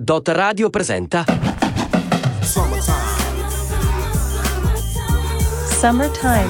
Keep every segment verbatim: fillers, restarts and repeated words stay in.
Dot Radio presenta Summertime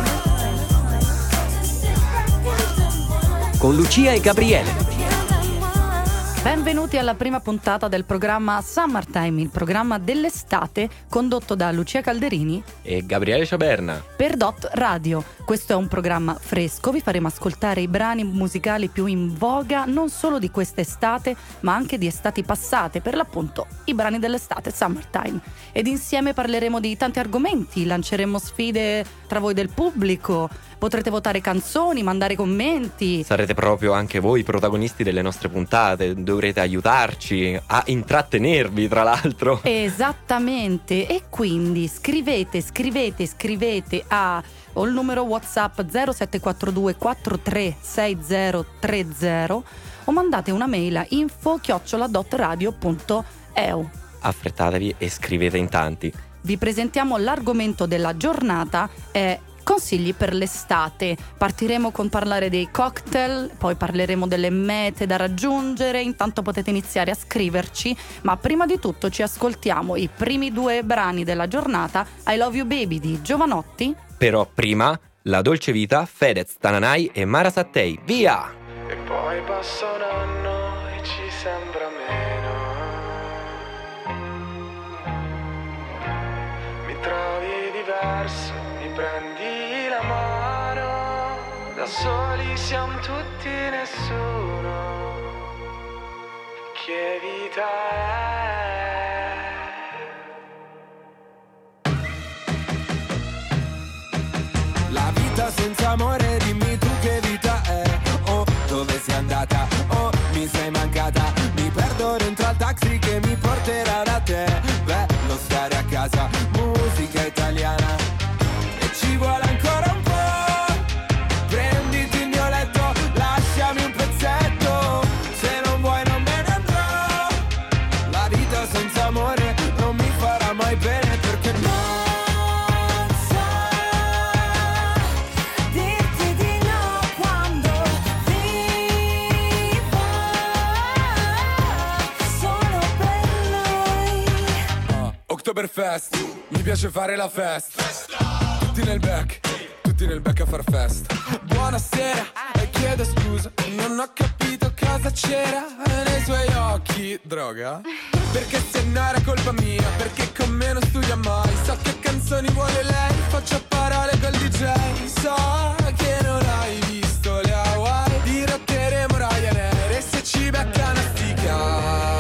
con Lucia e Gabriele. Benvenuti alla prima puntata del programma Summertime, il programma dell'estate condotto da Lucia Calderini e Gabriele Ciaberna per Dot Radio. Questo è un programma fresco, vi faremo ascoltare i brani musicali più in voga non solo di quest'estate ma anche di estati passate, per l'appunto i brani dell'estate, Summertime. Ed insieme parleremo di tanti argomenti, lanceremo sfide tra voi del pubblico, potrete votare canzoni, mandare commenti. Sarete proprio anche voi protagonisti delle nostre puntate, dovrete aiutarci a intrattenervi, tra l'altro. Esattamente, e quindi scrivete, scrivete, scrivete a o il numero WhatsApp zero sette quattro due quattro tre sei zero tre zero o mandate una mail a info chiocciola dot radio punto e u. Affrettatevi e scrivete in tanti. Vi presentiamo l'argomento della giornata, è consigli per l'estate. Partiremo con parlare dei cocktail, poi parleremo delle mete da raggiungere. Intanto potete iniziare a scriverci, ma prima di tutto ci ascoltiamo i primi due brani della giornata, I Love You Baby di Giovanotti. Però prima, La Dolce Vita, Fedez, Tananai e Mara Sattei. Via! E poi passa un anno e ci sembra meno. Mi trovi diverso, mi prendi la mano. Da soli siamo tutti nessuno. Che vita è? La vita senza amore, dimmi tu che vita è. Oh, dove sei andata? Oh, mi sei mancata. Mi perdo dentro al taxi che mi porterà da te. Bello stare a casa, musica italiana. E ci vuole ancora un po'. Prenditi il mio letto, lasciami un pezzetto. Se non vuoi non me ne andrò. La vita senza amore non mi farà mai bene, perché no. Oktoberfest, mi piace fare la festa. Tutti nel back, tutti nel back a far festa. Buonasera, e chiedo scusa, non ho capito cosa c'era nei suoi occhi. Droga? Perché se no era colpa mia, perché con me non studia mai. So che canzoni vuole lei, faccio parole col D J. So che non hai visto le Hawaii, dirotteremo Ryanair e se ci becca una stica.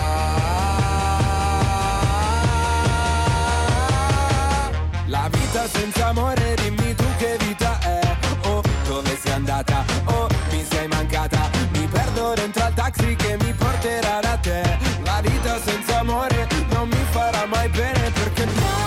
Senza amore, dimmi tu che vita è. Oh, dove sei andata? Oh, mi sei mancata. Mi perdo dentro al taxi che mi porterà da te. La vita senza amore non mi farà mai bene, perché no.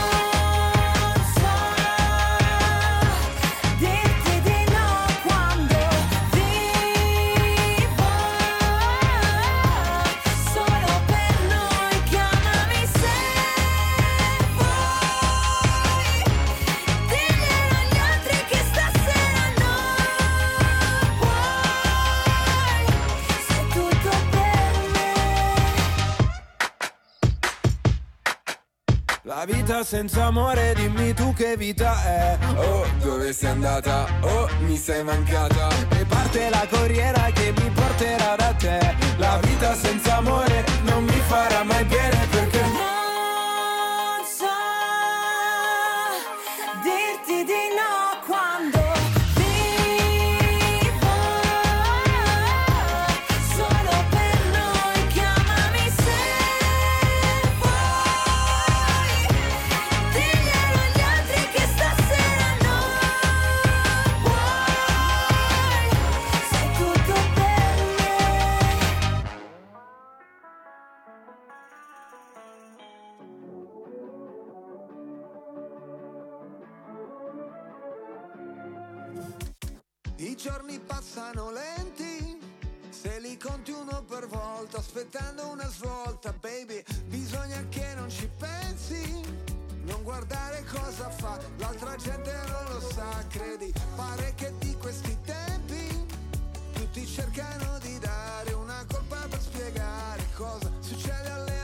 La vita senza amore, dimmi tu che vita è. Oh, dove sei andata? Oh, mi sei mancata. E parte la corriera che mi porterà da te. La vita senza amore non mi farà mai bene, perché non so dirti di no quando vivo solo per noi. Chiamami se i giorni passano lenti, se li conti uno per volta, aspettando una svolta, baby, bisogna che non ci pensi, non guardare cosa fa, l'altra gente non lo sa, credi, pare che di questi tempi tutti cercano di dare una colpa per spiegare cosa succede alle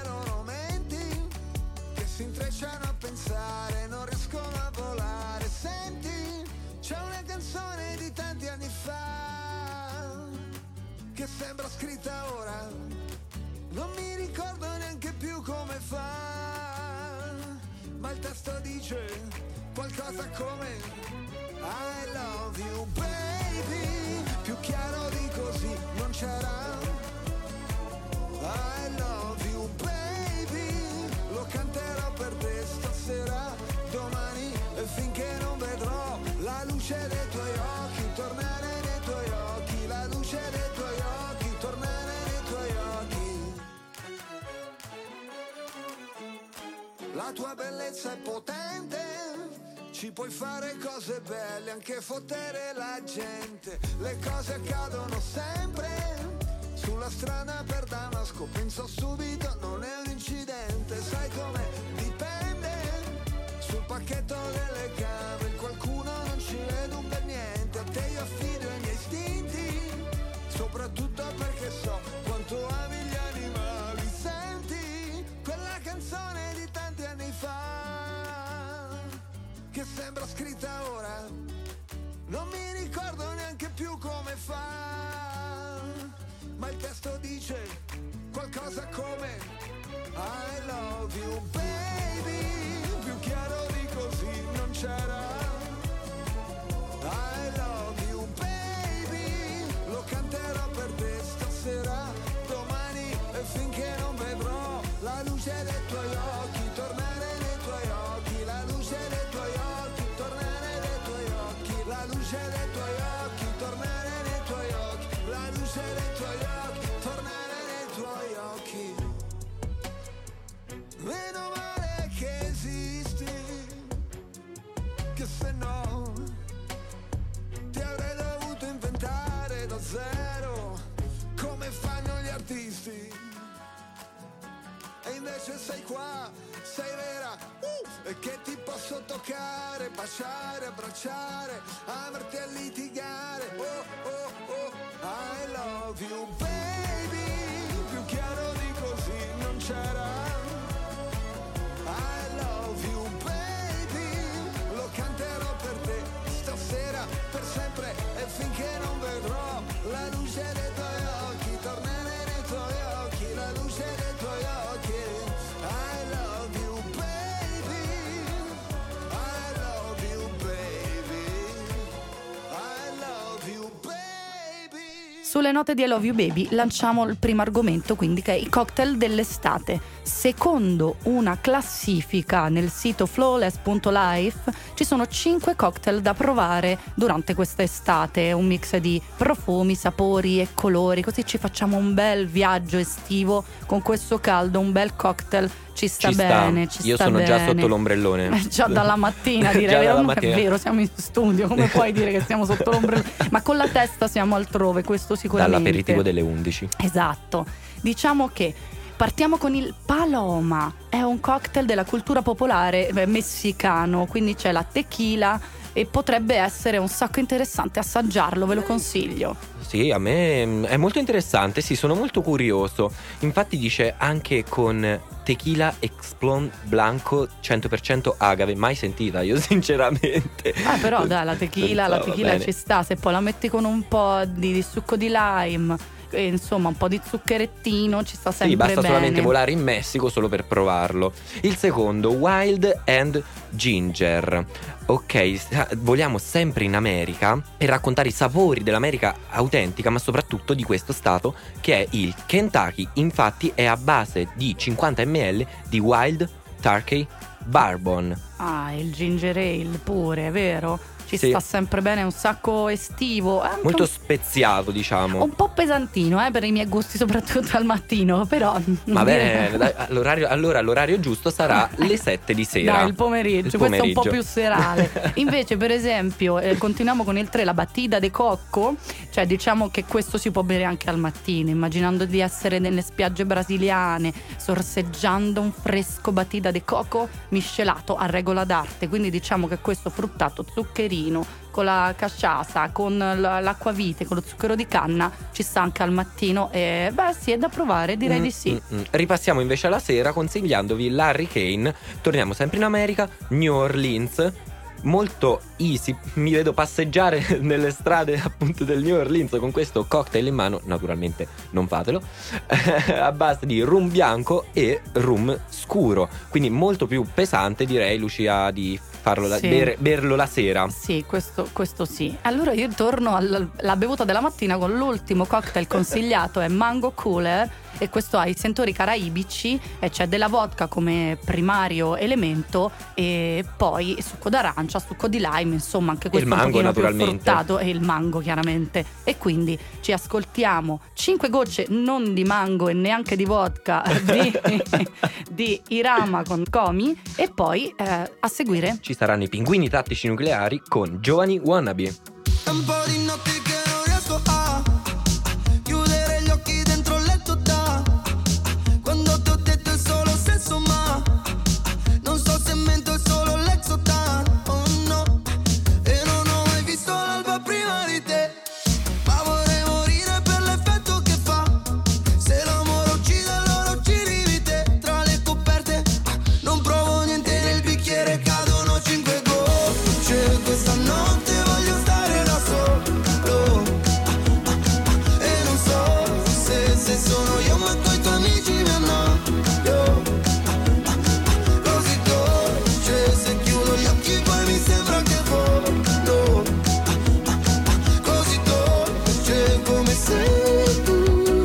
sembra scritta ora, non mi ricordo neanche più come fa, ma il testo dice qualcosa come I love you baby, più chiaro di così non c'era. I love you baby, lo canterò per te stasera, domani e finché non vedrò la luce dei tuoi occhi tornare nei tuoi occhi, la luce dei tuoi occhi tornare nei tuoi occhi. La tua bellezza è potente, ci puoi fare cose belle, anche fottere la gente, le cose accadono sempre. Sulla strada per Damasco penso subito non è un incidente, sai come dipende, sul pacchetto delle camere qualcuno non ci vede un bel niente, a te io affido i miei istinti, soprattutto perché so quanto ami gli animali, senti quella canzone di tanti anni fa, che sembra scritta ora, non mi ricordo neanche più come fa, ma il testo dice qualcosa come I love you baby, più chiaro di così non c'era. I love you baby, lo canterò per te stasera, domani e finché non vedrò la luce dei tuoi occhi tornare nei tuoi occhi, la luce dei tuoi occhi tornare nei tuoi occhi, la luce dei tuoi occhi tornare nei tuoi occhi, la luce dei tuoi occhi tornare nei tuoi occhi. Meno male che esisti, che se no ti avrei dovuto inventare da zero, come fanno gli artisti. E invece sei qua, sei vera, uh, e che ti posso toccare, baciare, abbracciare, amarti a litigare. Oh, oh, oh, I love you baby, più chiaro di così non c'era. I love you baby, lo canterò per te stasera, per sempre e finché non vedrò la luce dei tuoi occhi tornare nei tuoi occhi, la luce dei tuoi occhi. I love you baby, I love you baby, I love you baby. Sulle note di I Love You Baby lanciamo il primo argomento, quindi, che è i cocktail dell'estate. Secondo una classifica nel sito flawless punto life ci sono cinque cocktail da provare durante questa estate, un mix di profumi, sapori e colori, così ci facciamo un bel viaggio estivo con questo caldo, un bel cocktail. Ci sta Ci bene, sta. ci Io sta sono bene. già sotto l'ombrellone. Eh, già dalla mattina, direi. Già dalla Non mattina. è vero, siamo in studio, come puoi dire che siamo sotto l'ombrellone? Ma con la testa siamo altrove, questo sicuramente. Dall'aperitivo delle undici. Esatto. Diciamo che partiamo con il Paloma. È un cocktail della cultura popolare eh, messicano, quindi c'è la tequila e potrebbe essere un sacco interessante assaggiarlo, ve lo consiglio. Sì, a me è molto interessante, sì, sono molto curioso. Infatti dice anche con tequila Explon Blanco cento per cento agave, mai sentita io sinceramente. Ah, però dai, la tequila, So, la va tequila bene. ci sta, se poi la metti con un po' di, di succo di lime, e, insomma un po' di zuccherettino, ci sta sempre Sì, basta bene. solamente volare in Messico solo per provarlo. Il secondo, Wild and Ginger. Ok, sa- voliamo sempre in America per raccontare i sapori dell'America autentica, ma soprattutto di questo stato che è il Kentucky. Infatti è a base di cinquanta millilitri di Wild Turkey Bourbon. Ah, il ginger ale pure, è vero? Ci Sì. sta sempre bene, è un sacco estivo, è anche Molto un, speziato, diciamo. un po' pesantino, eh, per i miei gusti, soprattutto al mattino, però Va bene, dai, all'orario, allora l'orario giusto sarà le sette di sera. Dai, il pomeriggio, Il questo è un po' pomeriggio. più serale. Invece, per esempio, eh, continuiamo con il tre, la batida de cocco, cioè diciamo che questo si può bere anche al mattino, immaginando di essere nelle spiagge brasiliane, sorseggiando un fresco batida de cocco miscelato a regola d'arte. Quindi diciamo che questo fruttato zuccherino con la caciasa, con l- l'acquavite, con lo zucchero di canna ci sta anche al mattino e beh sì, è da provare, direi Mm, di sì. mm, mm. Ripassiamo invece alla sera consigliandovi l'Hurricane. Torniamo sempre in America, New Orleans. molto easy. Mi vedo passeggiare nelle strade appunto del New Orleans con questo cocktail in mano, naturalmente non fatelo, a base di rum bianco e rum scuro, quindi molto più pesante, direi, Lucia, di farlo la, Sì. bere- berlo la sera. Sì, questo, questo sì. Allora io torno alla bevuta della mattina con l'ultimo cocktail consigliato, è Mango Cooler, e questo ha i sentori caraibici e c'è della vodka come primario elemento e poi succo d'arancia, succo di lime, insomma anche questo Il mango, un pochino più naturalmente. fruttato, e il mango chiaramente. E quindi ci ascoltiamo cinque gocce non di mango e neanche di vodka di, di Irama con Komi, e poi eh, a seguire Ci saranno i Pinguini Tattici Nucleari con Giovani Wannabe. Un po' di notti che non riesco a chiudere gli occhi dentro il letto da quando ti ho detto il solo senso, ma non so se mento, è solo l'exotan. Oh no, e non ho mai visto l'alba prima di te, ma vorrei morire per l'effetto che fa. Se l'amore uccide allora ci rivi te. Tra le coperte non provo niente, nel bicchiere cadono cinque gocce. Questa notte voglio stare da solo, e non so se, se sono io ma coi tuoi amici mi annoio. Così dolce, se chiudo gli occhi poi mi sembra che volo. Così dolce come sei tu.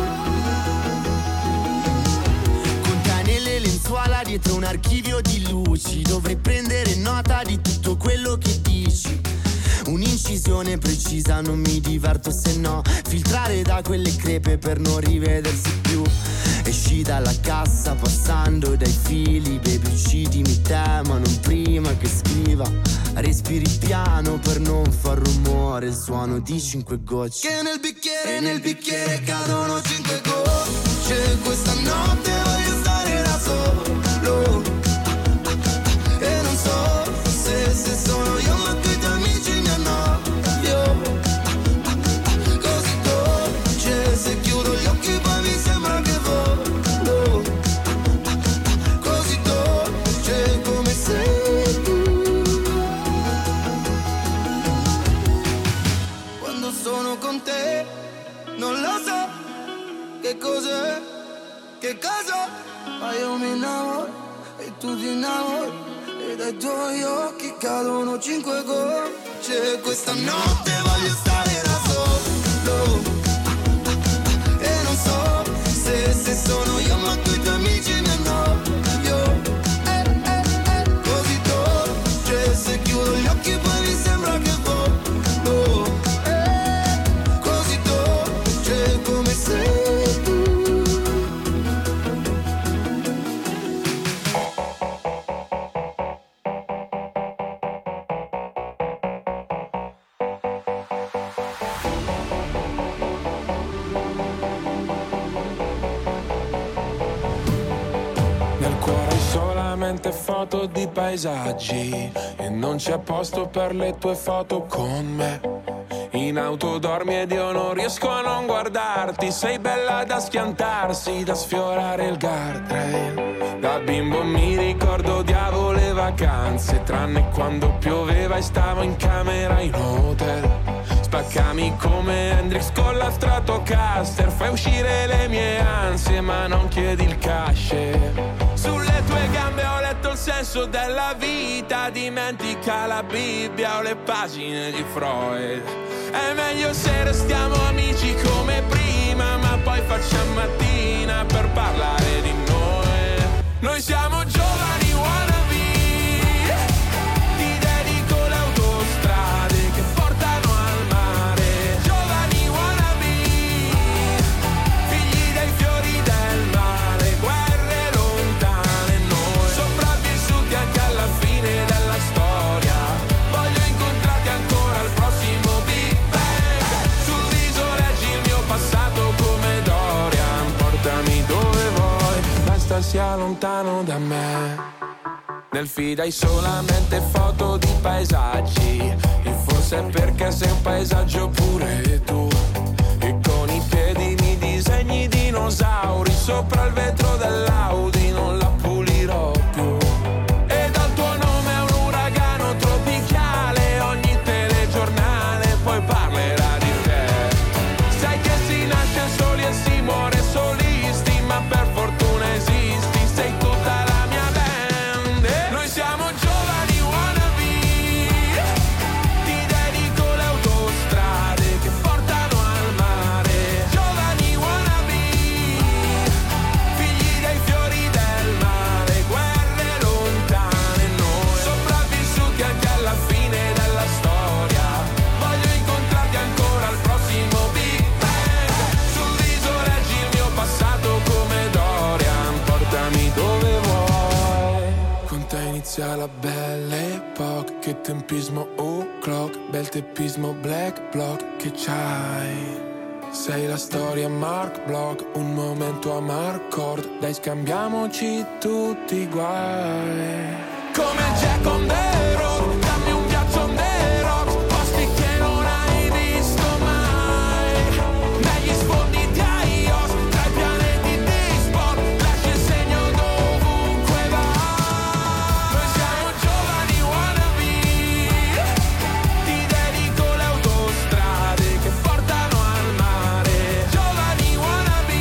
Conta nelle lenzuola dietro un archivio di luci, dovrei prendere nota di tutto quello che dici. Un'incisione precisa, non mi diverto se no. Filtrare da quelle crepe per non rivedersi più. Esci dalla cassa passando dai fili. Baby uccidimi te ma non prima che scriva. Respiri piano per non far rumore. Il suono di cinque gocce che nel bicchiere, nel bicchiere cadono cinque gocce. Questa notte voglio stare da solo, e non so se, se sono io ma coi tuoi amici mi annoio. Così dolce, se chiudo gli occhi poi mi sembra che volo. Così dolce come sei tu. Quando sono con te non lo so che cos'è, che cosa, ma io mi innamoro e tu ti innamori. E dai tuoi occhi cadono cinque gocce. Questa notte voglio stare da solo, e non so se, se sono io ma coi tuoi amici mi annoio. Eh, eh, eh. Così dolce, se chiudo gli occhi poi mi sembra che volo. Eh, così dolce come sei tu. Foto di paesaggi e non c'è posto per le tue foto con me. In auto dormi ed io non riesco a non guardarti. Sei bella da schiantarsi, da sfiorare il guardrail. Da bimbo mi ricordo odiavo le vacanze, tranne quando pioveva e stavo in camera in hotel. Spaccami come Hendrix con la Stratocaster, fai uscire le mie ansie ma non chiedi il cash. Sulle tue gambe ho letto il senso della vita, dimentica la Bibbia o le pagine di Freud. È meglio se restiamo amici come prima, ma poi facciamo mattina per parlare di noi. Noi siamo giovani wannabe, ti dedico le autostrade che portano al mare. Giovani wannabe, figli dei fiori del mare, guerre lontane noi, sopravvissuti anche alla fine della storia. Voglio incontrarti ancora al prossimo Big Bang. Sul viso leggi il mio passato come Dorian. Portami dove vuoi, basta sia lontano da me. Nel feed hai solamente foto di paesaggi, e forse è perché sei un paesaggio pure tu. E con i piedi mi disegni dinosauri sopra il vetro dell'Audi, non la pulirò più. E dal tuo nome è un uragano tropicale inizia la belle epoca, che tempismo o'clock, bel teppismo black block che c'hai. Sei la storia Mark Block, un momento a Marcord, dai scambiamoci tutti i guai. Come Jack on the road, dammi un viaggio on the rocks, posti che non hai visto mai, negli sfondi di iOS, tra i pianeti di sport, lascia il segno dovunque vai. Noi siamo giovani wannabe, ti dedico le autostrade che portano al mare. Giovani wannabe,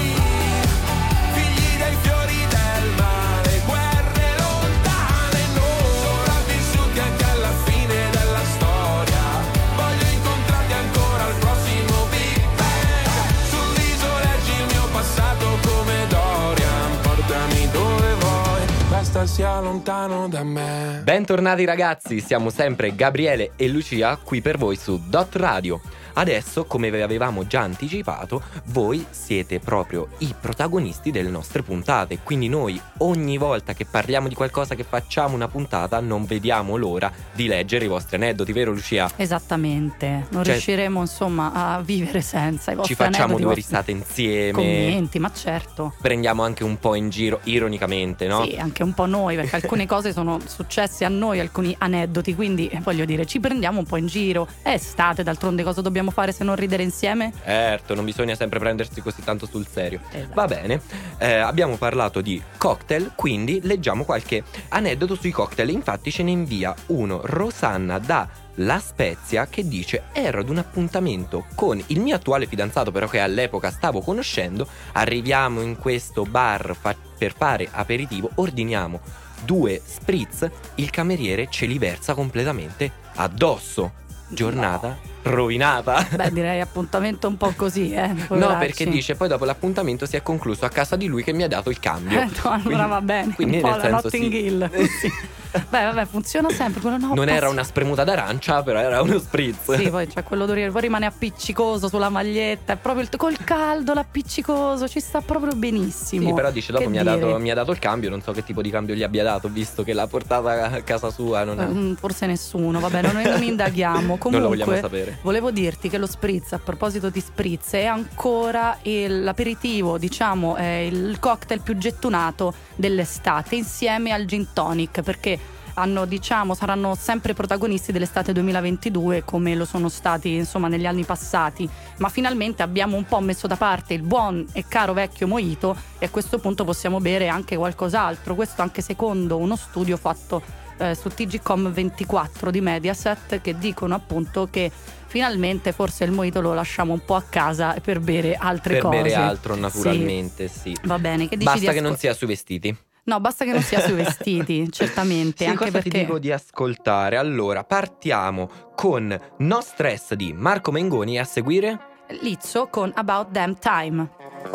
figli dei fiori del mare, guerre lontane, noi sopravvissuti anche alla fine della storia. Voglio incontrarti ancora al prossimo Big Bang, sull'isola leggi il mio passato come Dorian, portami dove vuoi, basta sia lontano da me. Bentornati ragazzi, siamo sempre Gabriele e Lucia qui per voi su Dot Radio. Adesso, come vi avevamo già anticipato, voi siete proprio i protagonisti delle nostre puntate. Quindi noi ogni volta che parliamo di qualcosa, che facciamo una puntata, non vediamo l'ora di leggere i vostri aneddoti, vero Lucia? Esattamente, non Cioè, riusciremo insomma a vivere senza i vostri ci facciamo aneddoti, due i vostri risate insieme, commenti, ma certo. prendiamo anche un po' in giro ironicamente, no? Sì, anche un po' noi, perché alcune cose sono successe a noi, alcuni aneddoti, quindi eh, voglio dire, ci prendiamo un po' in giro. È estate, d'altronde cosa dobbiamo fare se non ridere insieme? Certo, non bisogna sempre prendersi così tanto sul serio. Esatto. Va bene, eh, abbiamo parlato di cocktail, quindi leggiamo qualche aneddoto sui cocktail. Infatti ce ne invia uno Rosanna da La Spezia che dice: ero ad un appuntamento con il mio attuale fidanzato, però che all'epoca stavo conoscendo. Arriviamo in questo bar fa- per fare aperitivo, ordiniamo due spritz, il cameriere ce li versa completamente addosso. Giornata rovinata. Beh, direi appuntamento un po' così, eh. No, poveracci. perché dice poi dopo l'appuntamento si è concluso a casa di lui che mi ha dato il cambio. Eh, no, allora Quindi- va bene, quindi un po' nel la senso Notting sì. Hill. Sì. Beh, vabbè, funziona sempre quello, no, Non era passi- una spremuta d'arancia, però era uno spritz. Sì, poi c'è quello d'origine, poi rimane appiccicoso sulla maglietta, è proprio il, col caldo l'appiccicoso, ci sta proprio benissimo. Sì, però dice dopo Che mi ha, dire? dato, mi ha dato il cambio, non so che tipo di cambio gli abbia dato, visto che l'ha portata a casa sua. Non, Mm, Forse nessuno, vabbè, non, non indaghiamo. Comunque, non lo vogliamo sapere. volevo dirti che lo spritz, a proposito di spritz, è ancora il- l'aperitivo, diciamo, è il cocktail più gettonato dell'estate, insieme al gin tonic, perché hanno, diciamo, saranno sempre protagonisti dell'estate duemilaventidue, come lo sono stati insomma negli anni passati. Ma finalmente abbiamo un po' messo da parte il buon e caro vecchio mojito e a questo punto possiamo bere anche qualcos'altro. Questo anche secondo uno studio fatto eh, su T G Com ventiquattro di Mediaset, che dicono appunto che finalmente forse il mojito lo lasciamo un po' a casa per bere altre Per cose. bere altro, naturalmente, sì. Va bene, che dici Basta di che ascol- non sia sui vestiti. No, basta che non sia sui vestiti, certamente, Sì, anche cosa perché ti dico di ascoltare? Allora, partiamo con No Stress di Marco Mengoni e a seguire Lizzo con About Damn Time.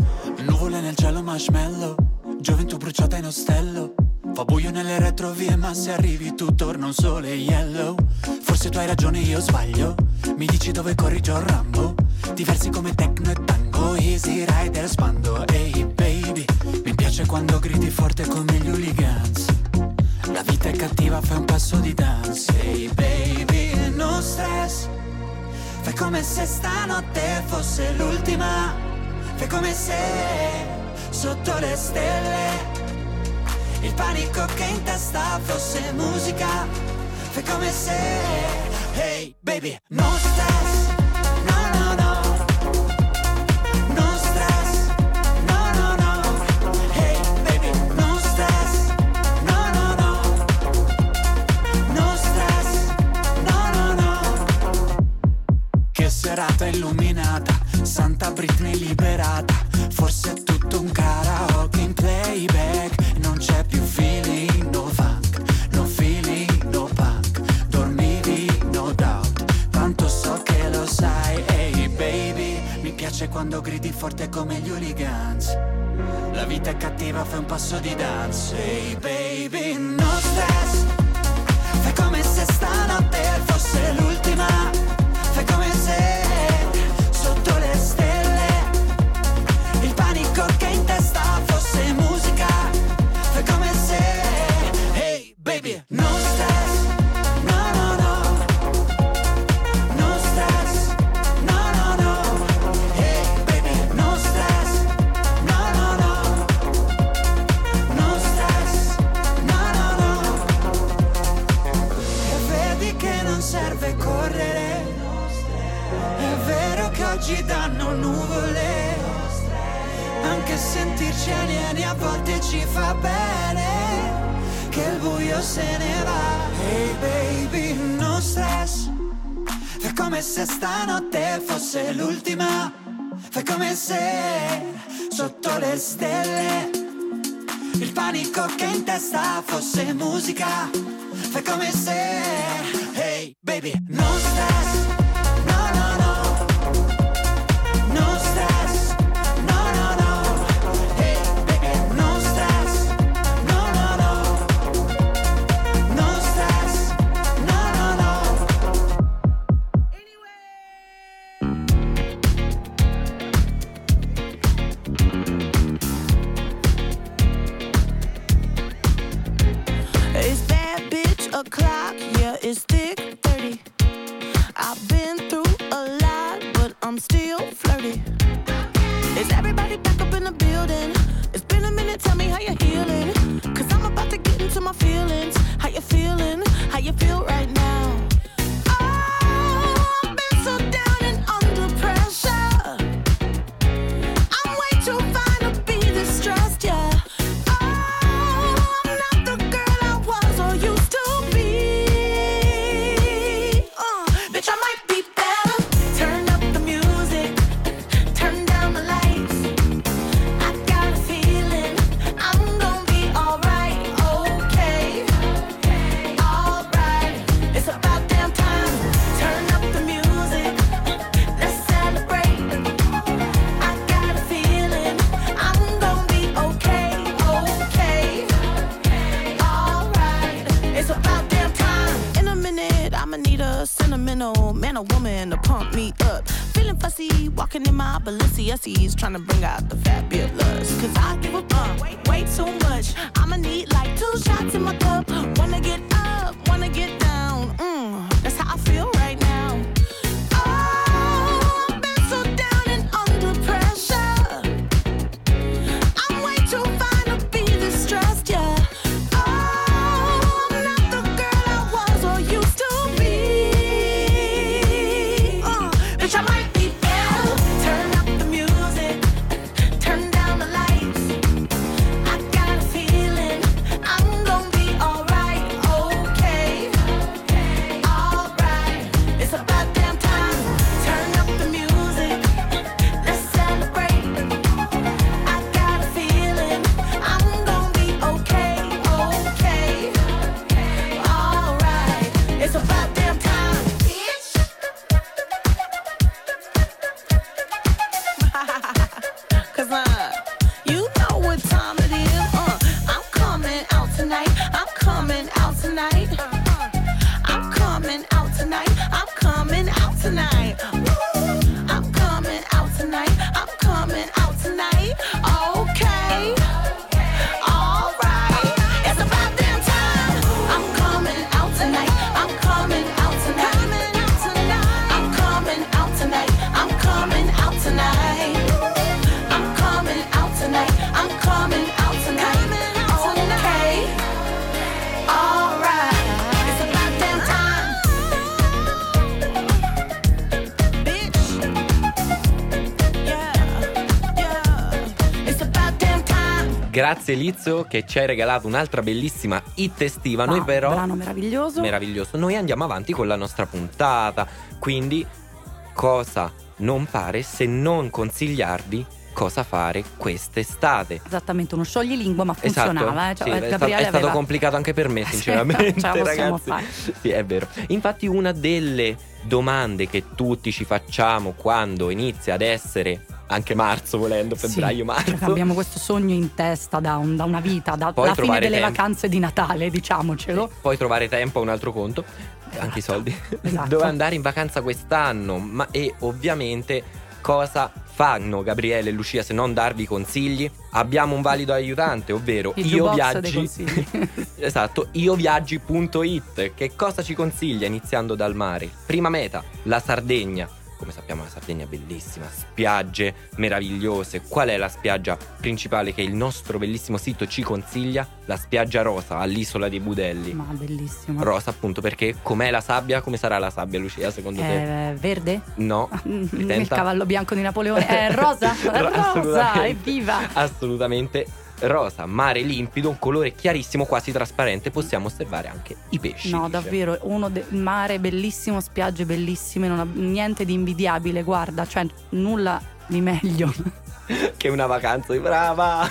Nuvole nel cielo marshmallow, gioventù bruciata in ostello. Fa buio nelle retrovie ma se arrivi tu torna un sole yellow. Forse tu hai ragione, io sbaglio. Mi dici dove corri John Rambo. Diversi come techno e tango, easy rider spando. Ehi baby, mi piace quando gridi forte come gli hooligans. La vita è cattiva, fai un passo di dance. Ehi baby, no stress. Fai come se stanotte fosse l'ultima. Fai come se sotto le stelle il panico che in testa fosse musica. Fai come se, hey baby, no stress, no no no. No stress, no no no. Hey baby, no stress, no no no. No stress, no no no. Che serata illuminata, Santa Britney liberata. Forse è tutto un karaoke in playback. Non c'è più feeling, no funk, no feeling, no punk. Dormivi, no doubt, tanto so che lo sai. Ehi baby, mi piace quando gridi forte come gli hooligans. La vita è cattiva, fai un passo di dance. Ehi baby, no stress. Fai come se stanotte fosse l'ultima. Fai come se sotto le stelle il panico che in testa fosse musica. Fai come se, hey baby, oggi danno nuvole. Anche sentirci alieni a volte ci fa bene, che il buio se ne va. Hey baby, no stress, fai come se stanotte fosse l'ultima. Fai come se sotto le stelle il panico che in testa fosse musica. Fai come se, hey baby, no stress, no no no, no stress, no no no, hey baby, no stress, no no no, no stress, no no no. It's bad bitch o'clock, yeah, it's thick thirty. I've been through a lot, but I'm still flirty. Is everybody back up in the building? It's been a minute, tell me how you're healing. Cause I'm about to get into my feelings. How you feeling? How you feel right now? Oh, I've been so down and under pressure. I'm way too fine to be distressed, yeah. Bitch, I might be better. Turn up the music, turn down the lights. I got a feeling I'm gonna be alright, okay, alright. It's about damn time. Turn up the music, let's celebrate. I got a feeling I'm gonna be okay, okay, alright. It's about damn time. In a minute, I'ma need a sentimental man or woman to pump me up. Feeling fussy, walking in my Balenciennes, trying to bring out the fabulous. Cause I give a fuck way, way too much. I'ma need like two shots in my cup. Wanna get up, wanna get down. Mm, that's how I feel right now. Oh, I've been so down and under pressure. I'm way too fine to be distressed, yeah. Oh, I'm not the girl I was or used to be. Uh, bitch, I might be better. Turn up the music, turn down the lights. I got a feeling I'm gonna be alright, okay, alright. It's about damn time. Turn up the music, let's celebrate. I got a feeling I'm gonna be okay, okay, alright. It's about damn time, bitch. Cause uh, you know what time it is. Uh, I'm coming out tonight. I'm coming out tonight. I'm coming out tonight. I'm coming out tonight. Woo. I'm coming out tonight. I'm coming out tonight. Okay. Alright. It's about damn time. I'm coming out tonight. I'm coming out tonight. I'm coming out tonight. I'm coming out tonight. I'm coming out tonight. I'm coming out tonight. Okay. Alright. It's about damn time. Bitch. Yeah. Yeah. It's about damn time. Grazie Lizzo che ci hai regalato un'altra bellissima hit estiva. Noi Ah, però brano meraviglioso. meraviglioso. Noi andiamo avanti con la nostra puntata. Quindi cosa non fare se non consigliarvi cosa fare quest'estate? Esattamente, uno scioglilingua, ma funzionava. Esatto, eh. Cioè, sì, è, Gabriele stato, è stato aveva- complicato anche per me, sinceramente, ce la possiamo ragazzi. fare. Sì, è vero. Infatti, una delle domande che tutti ci facciamo quando inizia ad essere anche marzo, volendo, febbraio, Sì, marzo. perché abbiamo questo sogno in testa da, un- da una vita, dalla Poi fine trovare delle tempo. vacanze di Natale, diciamocelo. Poi trovare tempo a un altro conto, anche i soldi. Esatto. Dove andare in vacanza quest'anno, ma e ovviamente cosa fanno Gabriele e Lucia se non darvi consigli? Abbiamo un valido aiutante, ovvero Il io jukebox viaggi. dei consigli. Esatto, ioviaggi punto it. Che cosa ci consiglia iniziando dal mare? Prima meta, la Sardegna. come sappiamo la Sardegna è bellissima, spiagge meravigliose. Qual è la spiaggia principale che il nostro bellissimo sito ci consiglia? La spiaggia rosa all'isola dei Budelli. Ma bellissimo. Rosa appunto perché com'è la sabbia? Come sarà la sabbia, Lucia, secondo te? Eh, verde? No. Il cavallo bianco di Napoleone è rosa? Rosa, evviva! Assolutamente rosa, mare limpido, un colore chiarissimo, quasi trasparente, possiamo osservare anche i pesci. No, dice. davvero, uno de- mare bellissimo, spiagge bellissime, non ha niente di invidiabile, guarda, cioè nulla di meglio. Che una vacanza, brava!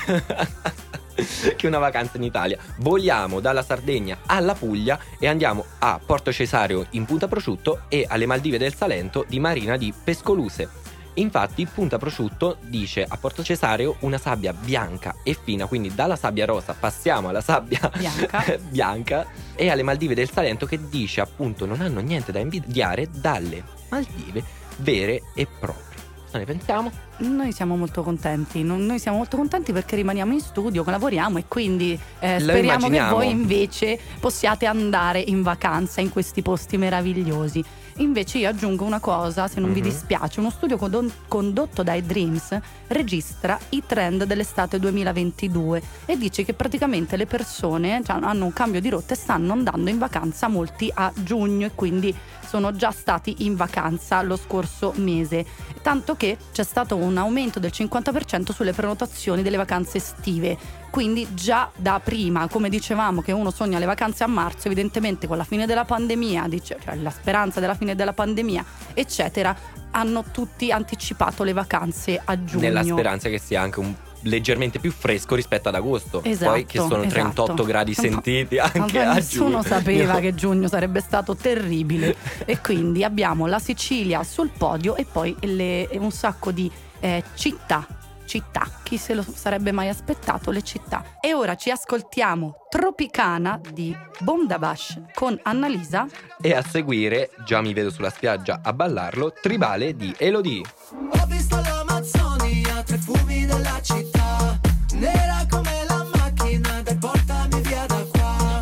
Che una vacanza in Italia. Voliamo dalla Sardegna alla Puglia e andiamo a Porto Cesareo in Punta Prosciutto e alle Maldive del Salento di Marina di Pescoluse. Infatti Punta Prosciutto dice a Porto Cesareo una sabbia bianca e fina, quindi dalla sabbia rosa passiamo alla sabbia bianca. bianca, e alle Maldive del Salento che dice appunto non hanno niente da invidiare dalle Maldive vere e proprie. Cosa ne pensiamo? Noi siamo molto contenti, non- noi siamo molto contenti perché rimaniamo in studio, lavoriamo e quindi eh, Lo speriamo che immaginiamo. voi invece possiate andare in vacanza in questi posti meravigliosi. Invece io aggiungo una cosa, se non vi Mhm. dispiace, uno studio condon- condotto dai Dreams registra i trend dell'estate duemilaventidue e dice che praticamente le persone cioè, hanno un cambio di rotta e stanno andando in vacanza molti a giugno e quindi sono già stati in vacanza lo scorso mese, tanto che c'è stato un aumento del cinquanta per cento sulle prenotazioni delle vacanze estive. Quindi già da prima, come dicevamo che uno sogna le vacanze a marzo, evidentemente con la fine della pandemia, dice, cioè la speranza della fine della pandemia, eccetera, hanno tutti anticipato le vacanze a giugno. Nella speranza che sia anche un leggermente più fresco rispetto ad agosto. Esatto, Poi che sono esatto. trentotto gradi sentiti anche Tanto a nessuno giugno. sapeva No. che giugno sarebbe stato terribile e quindi abbiamo la Sicilia sul podio e poi le- un sacco di eh, città città, chi se lo sarebbe mai aspettato, le città. E ora ci ascoltiamo Tropicana di Bomdabash con Annalisa E a seguire, già mi vedo sulla spiaggia a ballarlo, Tribale di Elodie. Ho visto l'Amazzonia, tre fumi della città, nera come la macchina del portami via da qua.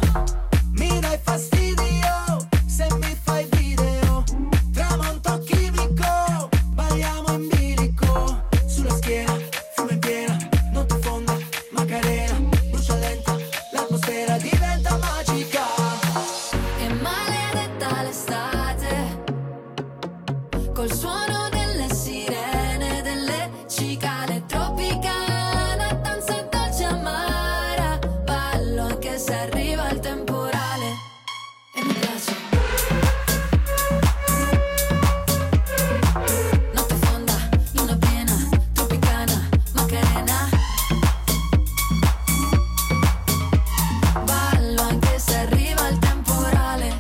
Mi dai fastidio se mi fai video, tramonto chimico, balliamo in bilico, sulla schiena, fiume in piena, notte fonda, Macarena, brucia lenta, l'atmosfera diventa magica. È maledetta l'estate, col suono delle sirene, delle cicale tropicana, danza dolce amara, ballo anche se arriva il temporale e mi piace. Notte fonda, luna piena, tropicana, Macarena, ballo anche se arriva il temporale.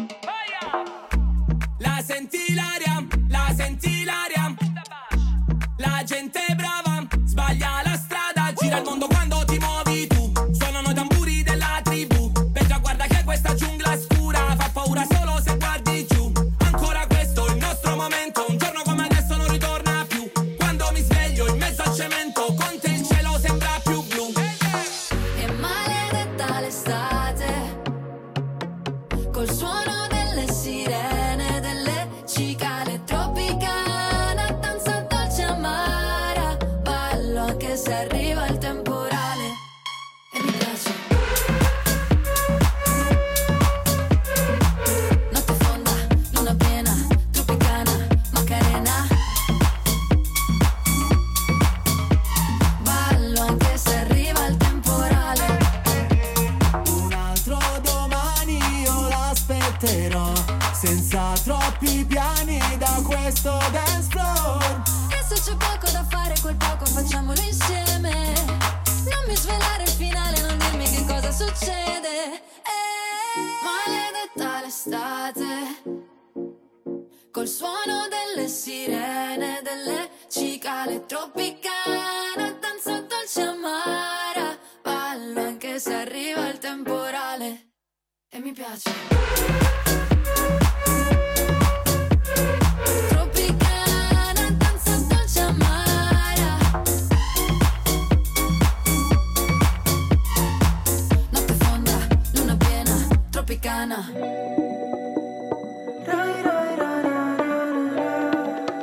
La senti l'aria, la senti l'aria, la gente è brava, sbaglia la strada, gira il mondo quando ti muovi tu, suonano i tamburi della tribù, Petra guarda che questa giungla scura fa paura solo se guardi giù, ancora questo il nostro momento, un giorno come adesso non ritorna più, quando mi sveglio in mezzo al cemento, con te il cielo sembra più blu. È maledetta l'estate, col suono delle sirene, delle cicale tropicana, danza dolce amara, ballo anche se arriva il temporale e mi piace. Notte fonda, luna piena, tropicana, Macarena, ballo anche se arriva il temporale. Un altro domani io l'aspetterò, senza troppi piani da questo dance floor. E se c'è poco da fare, quel poco facciamolo insieme. Non mi svelare il finale, non dirmi che cosa succede. Eh, maledetta l'estate, col suono delle sirene, delle cicale tropicana, danza dolce amara, ballo anche se arriva il temporale e mi piace. Tropicana, danza dolce amara, notte fonda, luna piena, tropicana.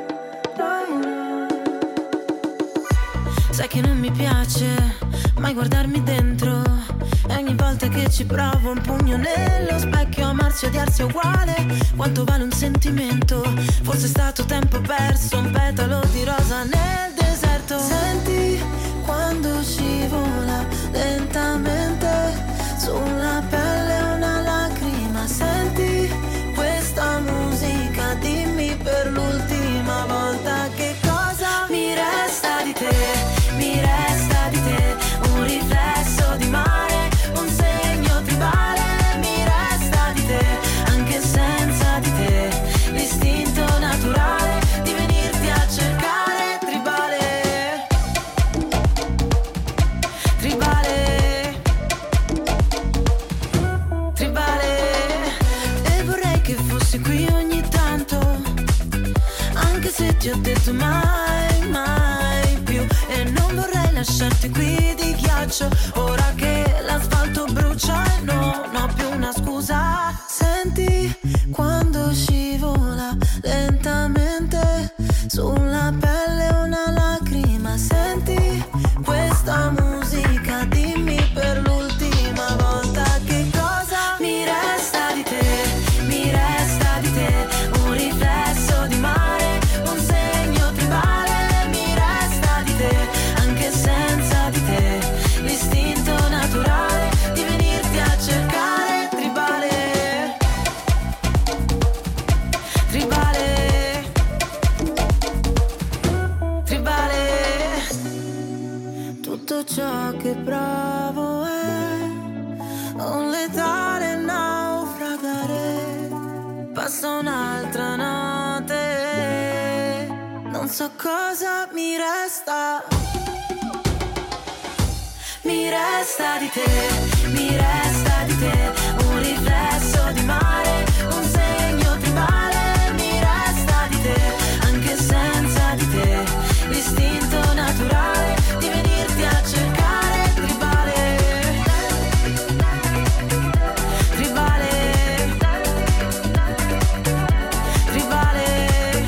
piace mai guardarmi dentro, e ogni volta che ci provo un pugno nello specchio. Amarsi e odiarsi è uguale, quanto vale un sentimento? Forse è stato tempo perso, un petalo di rosa nel deserto. Senti quando scivola lentamente sulla pelle una lacrima. Senti questa musica, dimmi per l'ultima volta che cosa mi resta di te. Mi resta di te un riflesso di mare, un segno tribale. Mi resta di te anche senza di te, l'istinto naturale di venirti a cercare. Tribale, tribale, tribale. E vorrei che fossi qui ogni tanto, anche se ti ho detto mai, mai più. E non vorrei lasciarti qui di ghiaccio, ora che l'asfalto brucia e non ho più una scusa. Senti quando scivola lentamente sulla pelle una lacrima. Senti questa musica, dimmi per l'ultima volta che cosa mi resta di te. Mi resta di te un riflesso di mare, un segno tribale. Mi resta di te anche senza di te, l'istinto naturale di venirti a cercare. Tribale, tribale, tribale. Tutto ciò che provo è un letale naufragare. Passa un'altra notte, non so cosa mi resta. Mi resta di te, mi resta di te un riflesso di mare, un segno tribale. Mi resta di te anche senza di te, l'istinto naturale di venirti a cercare. Tribale, tribale, tribale,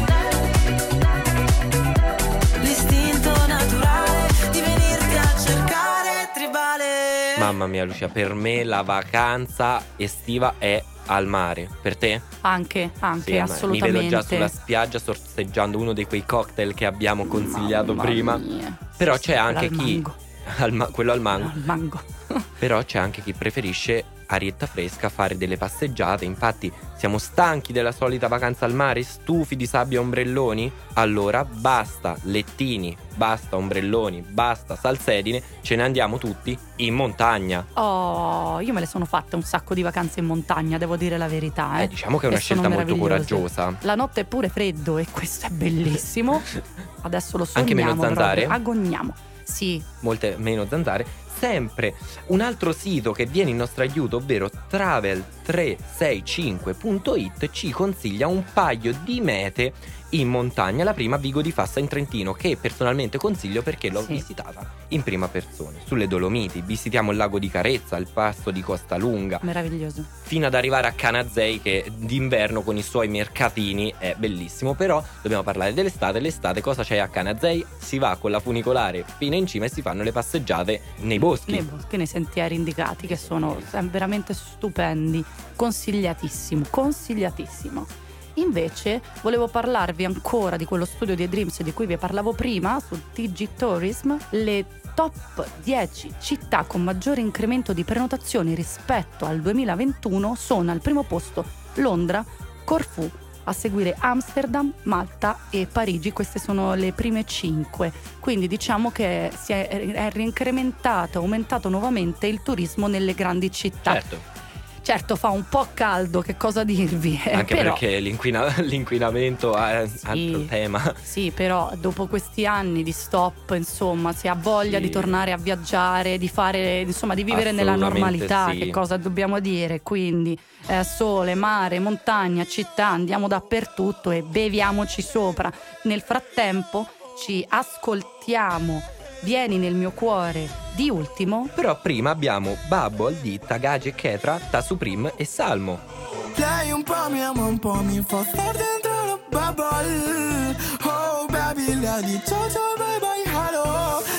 l'istinto naturale di venirti a cercare. Tribale. Mamma mia Lucia, per me la vacanza estiva è al mare. Per te? Anche, anche, Sì, ma assolutamente. mi vedo già sulla spiaggia sorseggiando uno dei quei cocktail che abbiamo consigliato Mamma prima. mia. Però Sì, c'è sì, anche quello al chi mango. al ma- quello al mango. Al mango. Però c'è anche chi preferisce arietta fresca, fare delle passeggiate. Infatti siamo stanchi della solita vacanza al mare, stufi di sabbia e ombrelloni? Allora basta lettini, basta ombrelloni, basta salsedine, ce ne andiamo tutti in montagna. Oh, io me le sono fatte un sacco di vacanze in montagna, devo dire la verità. Eh. Eh, diciamo che è una E sono scelta molto meravigliose. coraggiosa. La notte è pure freddo e questo è bellissimo. Adesso lo sogniamo. Anche meno zanzare? proprio. Agogniamo. Sì. Molte meno zanzare. Sempre un altro sito che viene in nostro aiuto, ovvero travel tre sei cinque punto it, ci consiglia un paio di mete in montagna. La prima, Vigo di Fassa in Trentino, che personalmente consiglio perché l'ho Sì. visitata in prima persona. Sulle Dolomiti visitiamo il lago di Carezza, il passo di Costa Lunga, Meraviglioso. fino ad arrivare a Canazei, che d'inverno con i suoi mercatini è bellissimo. Però dobbiamo parlare dell'estate. L'estate cosa c'è a Canazei? Si va con la funicolare fino in cima e si fanno le passeggiate nei boschi. Nei boschi, nei sentieri indicati, che sono veramente stupendi. Consigliatissimo, consigliatissimo. Invece volevo parlarvi ancora di quello studio di eDreams di cui vi parlavo prima su T G Tourism. Le top dieci città con maggiore incremento di prenotazioni rispetto al duemilaventuno sono al primo posto Londra, Corfù, a seguire Amsterdam, Malta e Parigi. Queste sono le prime cinque. Quindi diciamo che si è, è rincrementato, aumentato nuovamente il turismo nelle grandi città. Certo. Certo, fa un po' caldo, che cosa dirvi? eh, Anche però, perché l'inquina- l'inquinamento è Sì. altro tema. Sì, però dopo questi anni di stop, insomma, si ha voglia Sì. di tornare a viaggiare, di fare, insomma, di vivere nella Assolutamente normalità. sì. Che cosa dobbiamo dire? Quindi eh, sole, mare, montagna, città, andiamo dappertutto e beviamoci sopra. Nel frattempo ci ascoltiamo Vieni nel mio cuore di Ultimo. Però prima abbiamo Bubble di Tagagi e Ketra, Ta Supreme e Salmo. Lei un po' mi ama, un po' mi fa star dentro la bubble. Oh baby, lei di ciao ciao bye bye hello.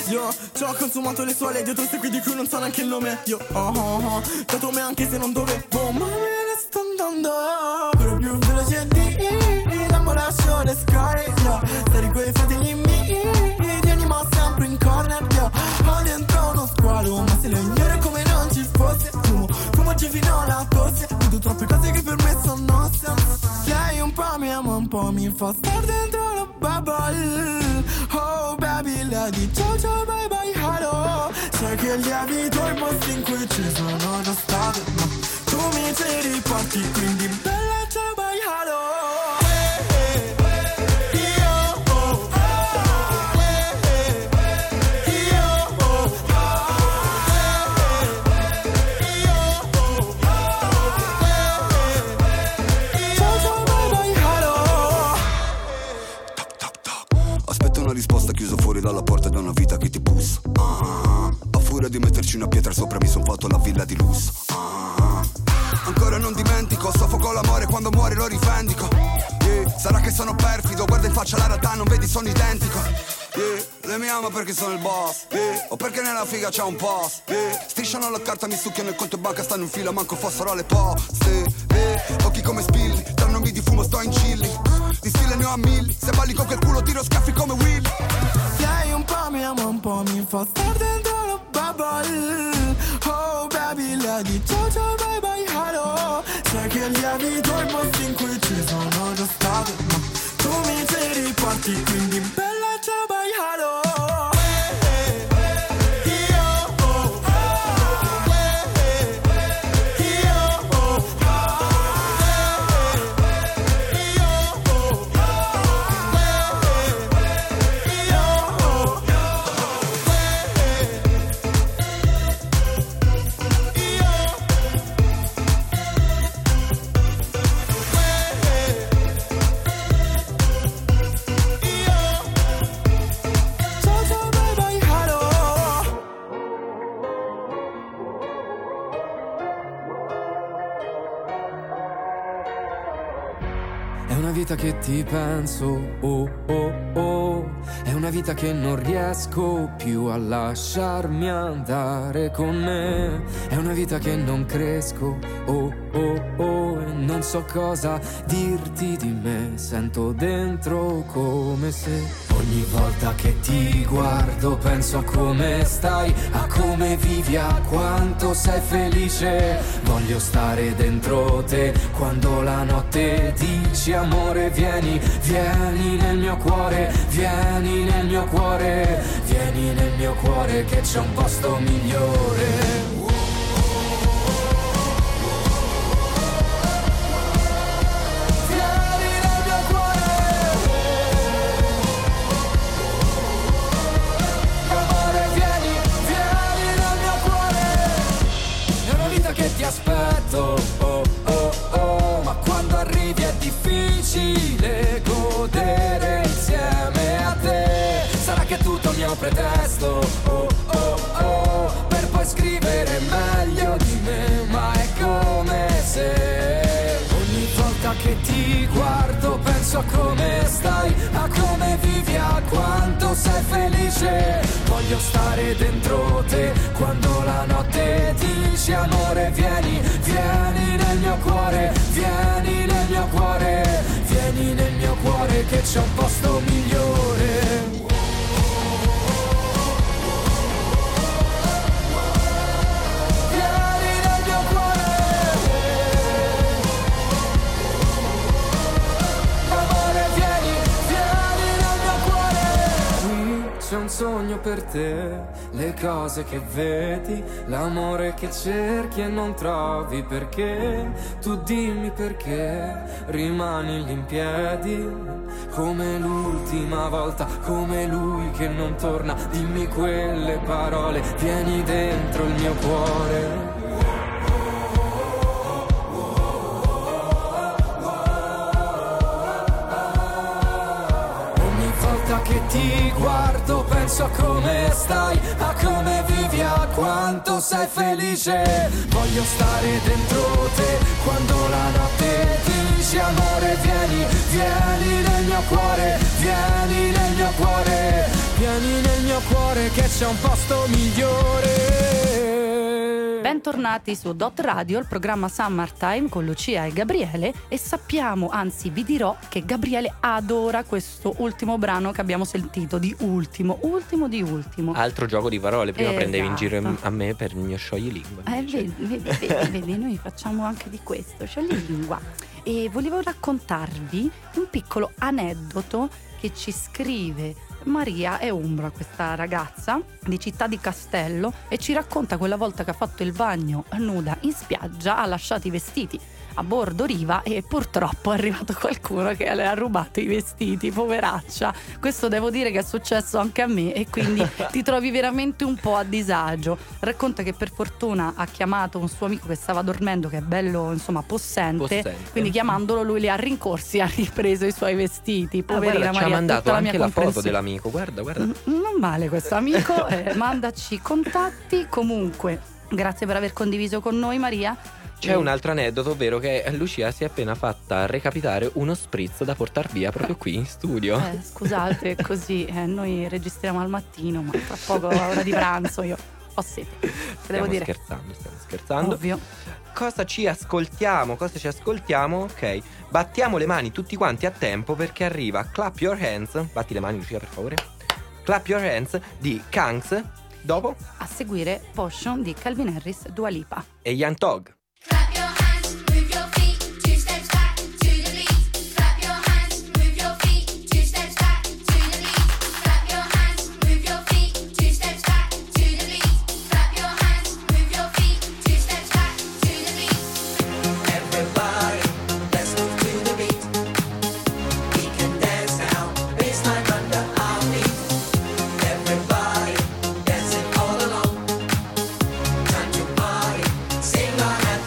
Io ci ho consumato le suole dietro segui di cui non so neanche il nome. Io oh oh oh, dato me anche se non dovevo, ma me ne sto andando. Quello più veloce di l'ambulazione Sky, yeah. Stare quei fratelli miei, ti animo sempre in corner, yeah. Ho dentro uno squalo, ma se lo ignoro come non ci fosse. Fumo, fumo oggi fino alla tosse. Vedo troppe cose che per me sono nonsense. Lei un po' mi ama, un po' mi fa star dentro la bubble. Oh baby, la di ciao ciao bye bye hello. Sai che lievito i posti in cui ci sono già stato, ma tu mi ci riporti, quindi bella ciao bye hello. Risposta chiuso fuori dalla porta da una vita che ti bussa. Ah, a furia di metterci una pietra sopra mi son fatto la villa di lusso. Ah, ancora non dimentico, soffoco l'amore quando muore lo rivendico. Yeah, sarà che sono perfido, guarda in faccia la realtà, non vedi sono identico. Yeah, lei mi ama perché sono il boss, yeah, o perché nella figa c'è un post, yeah. Strisciano la carta, mi succhiano il conto in banca, stanno in fila, manco fossero alle poste, yeah. Occhi come spilli, tra nomi di fumo sto in chilli. Di stile ne ho a mille, se balli con quel culo tiro schiaffi come Will. Lei un po' mi ama, un po' mi fa star dentro la bubble. Oh baby, la di ciao ciao bye bye hello. Sai che lievito i posti in cui ci sono già stato, ma tu mi ci riporti, quindi bella ciao bye hello. Vita che ti penso, oh oh oh, è una vita che non riesco più a lasciarmi andare con me, è una vita che non cresco, oh oh oh, e non so cosa dirti di me, sento dentro come se ogni volta che ti guardo penso a come stai, a come vivi, a quanto sei felice, voglio stare dentro te quando la notte dici amore. Vieni, vieni nel mio cuore, vieni nel mio cuore, vieni nel mio cuore che c'è un posto migliore. Vieni nel mio cuore, amore vieni, vieni nel mio cuore. È una vita che ti aspetto, oh oh oh, ma quando arrivi è difficile godere insieme a te. Sarà che tutto il mio pretesto, oh oh oh, per poi scrivere meglio di me, ma è come se ogni volta che ti guardo penso a come stai, a come vivi, a quanto sei felice, voglio stare dentro te quando la notte dici amore vieni, vieni nel mio cuore, vieni nel mio cuore, vieni nel mio cuore che c'è un posto migliore. C'è un sogno per te, le cose che vedi, l'amore che cerchi e non trovi, perché tu dimmi perché rimani lì in piedi, come l'ultima volta, come lui che non torna, dimmi quelle parole, vieni dentro il mio cuore. Che ti guardo penso a come stai, a come vivi, a quanto sei felice, voglio stare dentro te quando la notte dici amore vieni, vieni nel mio cuore, vieni nel mio cuore, Vieni nel mio cuore che c'è un posto migliore. Bentornati su Dot Radio, il programma Summertime con Lucia e Gabriele, e sappiamo, anzi vi dirò, che Gabriele adora questo ultimo brano che abbiamo sentito, di ultimo, ultimo di ultimo. Altro gioco di parole, prima Esatto. prendevi in giro a me per il mio scioglilingua. Eh, vedi, vedi, vedi, vedi, noi facciamo anche di questo, cioè lingua. E volevo raccontarvi un piccolo aneddoto che ci scrive Maria è Umbra, questa ragazza di Città di Castello, e ci racconta quella volta che ha fatto il bagno nuda in spiaggia, ha lasciato i vestiti a bordo riva e purtroppo è arrivato qualcuno che le ha rubato i vestiti, poveraccia. Questo devo dire che è successo anche a me, e quindi ti trovi veramente un po' a disagio. Racconta che per fortuna ha chiamato un suo amico che stava dormendo, che è bello insomma possente, Possente. quindi chiamandolo lui li ha rincorsi e ha ripreso i suoi vestiti. Poverina Ah, guarda, Maria, ci ha mandato tutta la mia anche la foto comprensione. dell'amico, guarda, guarda. Non male questo amico, eh, mandaci contatti. Comunque, grazie per aver condiviso con noi, Maria. C'è un altro aneddoto, ovvero che Lucia si è appena fatta recapitare uno spritz da portar via proprio qui in studio. Eh, scusate, così eh, noi registriamo al mattino, ma tra poco a ora di pranzo io ho sete. Che devo Stiamo dire? scherzando, stiamo scherzando. Ovvio. Cosa ci ascoltiamo? Cosa ci ascoltiamo? Ok, battiamo le mani tutti quanti a tempo perché arriva Clap Your Hands. Batti le mani, Lucia, per favore. Clap Your Hands di Kangs. Dopo? A seguire Potion di Calvin Harris, Dua Lipa e Young Tog. Clap your hands, move your feet, two steps back to the beat. Clap your hands, move your feet, two steps back to the beat. Clap your hands, move your feet, two steps back to the beat. Clap your hands, move your feet, two steps back to the beat. Everybody, let's move to the beat. We can dance now, baseline under our feet. Everybody, dancing all along. Time to party, sing our happy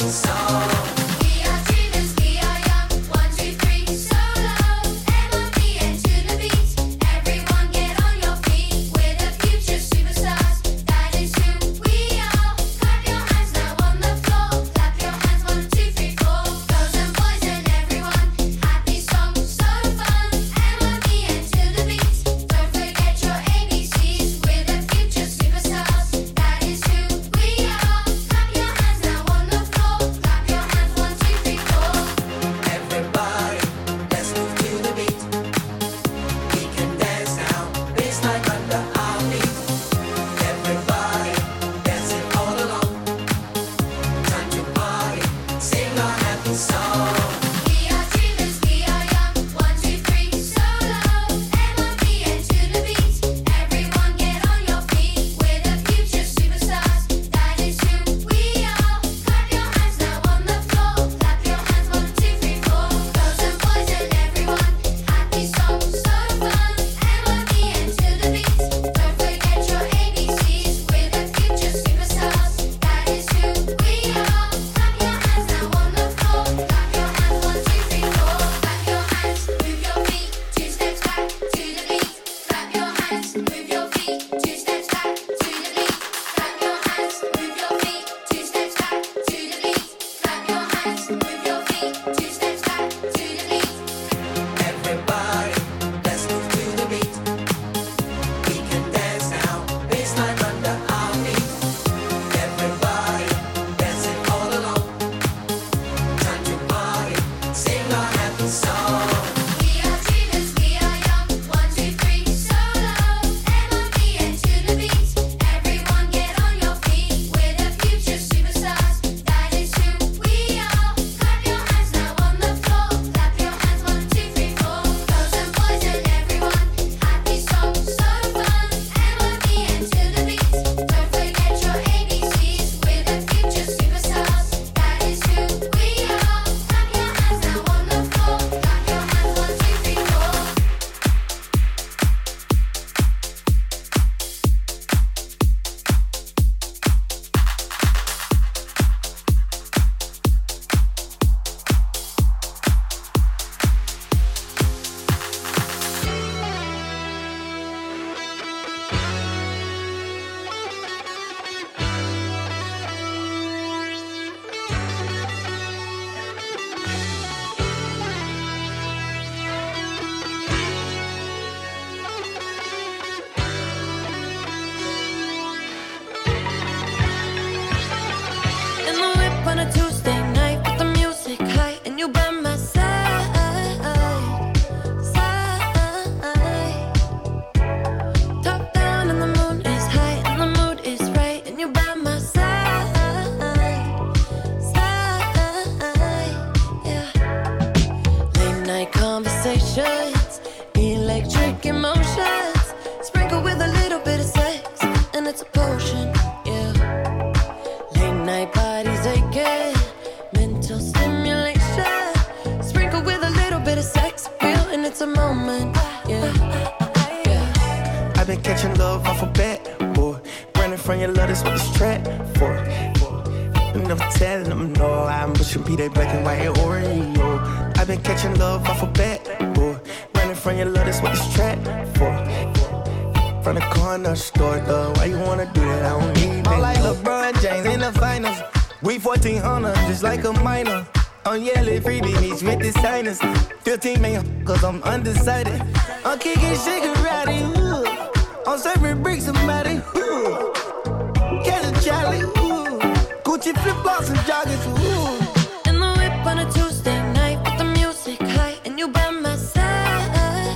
catching love off a bat, boy. Running from your love, that's what this trap for. Never telling them no, I'm pushing P, they black and white Oreo. I've been catching love off a bat, boy. Running from your love, that's what this trap for. From the corner store, though, why you wanna do that? I don't need that. I'm like LeBron James in the finals. We fourteen hundred, just like a minor. I'm yelling freebie meets with the signers. fifteen million, cause I'm undecided. I'm kicking Shigarati, ooh. I'm serving bricks, somebody, ooh. Catch a Charlie, ooh. Gucci flip-flops and joggers, ooh. In the whip on a Tuesday night with the music high, and you by my side,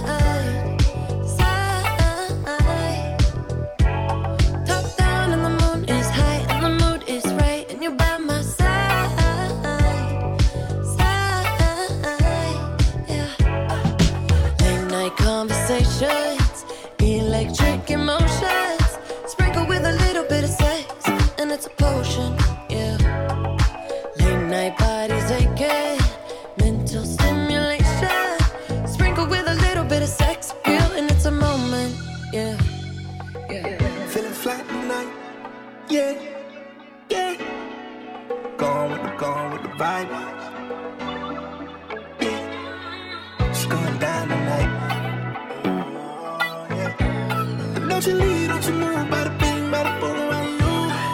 side. Top down and the moon is high, and the mood is right, and you by my side, side. Yeah. Late night conversations, electric emotions, sprinkle with a little bit of sex, and it's a potion. Yeah. Late night bodies aching, mental stimulation, sprinkle with a little bit of sex appeal, and it's a moment. Yeah. Yeah. Feeling flat tonight. Yeah. Yeah. Gone with the, gone with the vibe. Yeah. It's going down tonight. Yeah. Don't you leave, don't you move, bada bing, bada boom, around you.